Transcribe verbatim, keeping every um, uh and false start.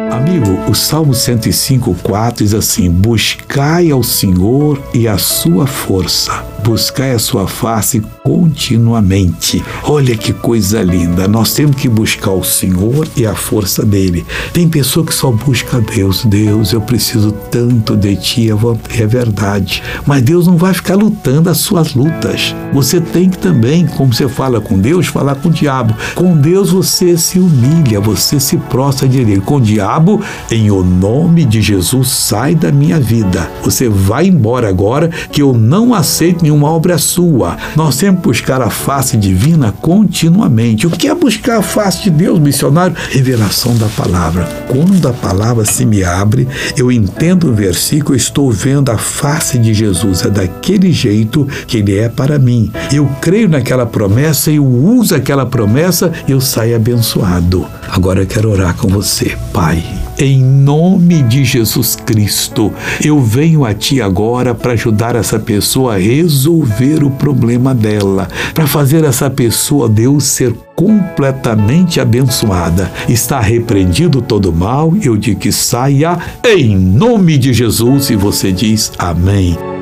Amigo, o Salmo cento e cinco, quatro diz assim: buscai ao Senhor e a sua força, buscai a sua face continuamente. Olha que coisa linda, nós temos que buscar o Senhor e a força dele. Tem pessoa que só busca Deus. Deus, eu preciso tanto de ti, é verdade, mas Deus não vai ficar lutando as suas lutas. Você tem que também, como você fala com Deus, falar com o diabo. Com Deus você se humilha, você se prostra diante dele. Com o diabo, em o nome de Jesus, sai da minha vida. Você vai embora agora, que eu não aceito nenhuma obra sua. Nós temos que buscar a face divina continuamente. O que é buscar a face de Deus, missionário? Revelação da palavra. Quando a palavra se me abre, eu entendo o versículo, eu estou vendo a face de Jesus. É daquele jeito que ele é para mim. Eu creio naquela promessa, eu uso aquela promessa e eu saio abençoado. Agora eu quero orar com você. Pai, em nome de Jesus Cristo, eu venho a Ti agora para ajudar essa pessoa a resolver o problema dela, para fazer essa pessoa, Deus, ser completamente abençoada. Está repreendido todo mal, eu digo que saia em nome de Jesus, e você diz amém.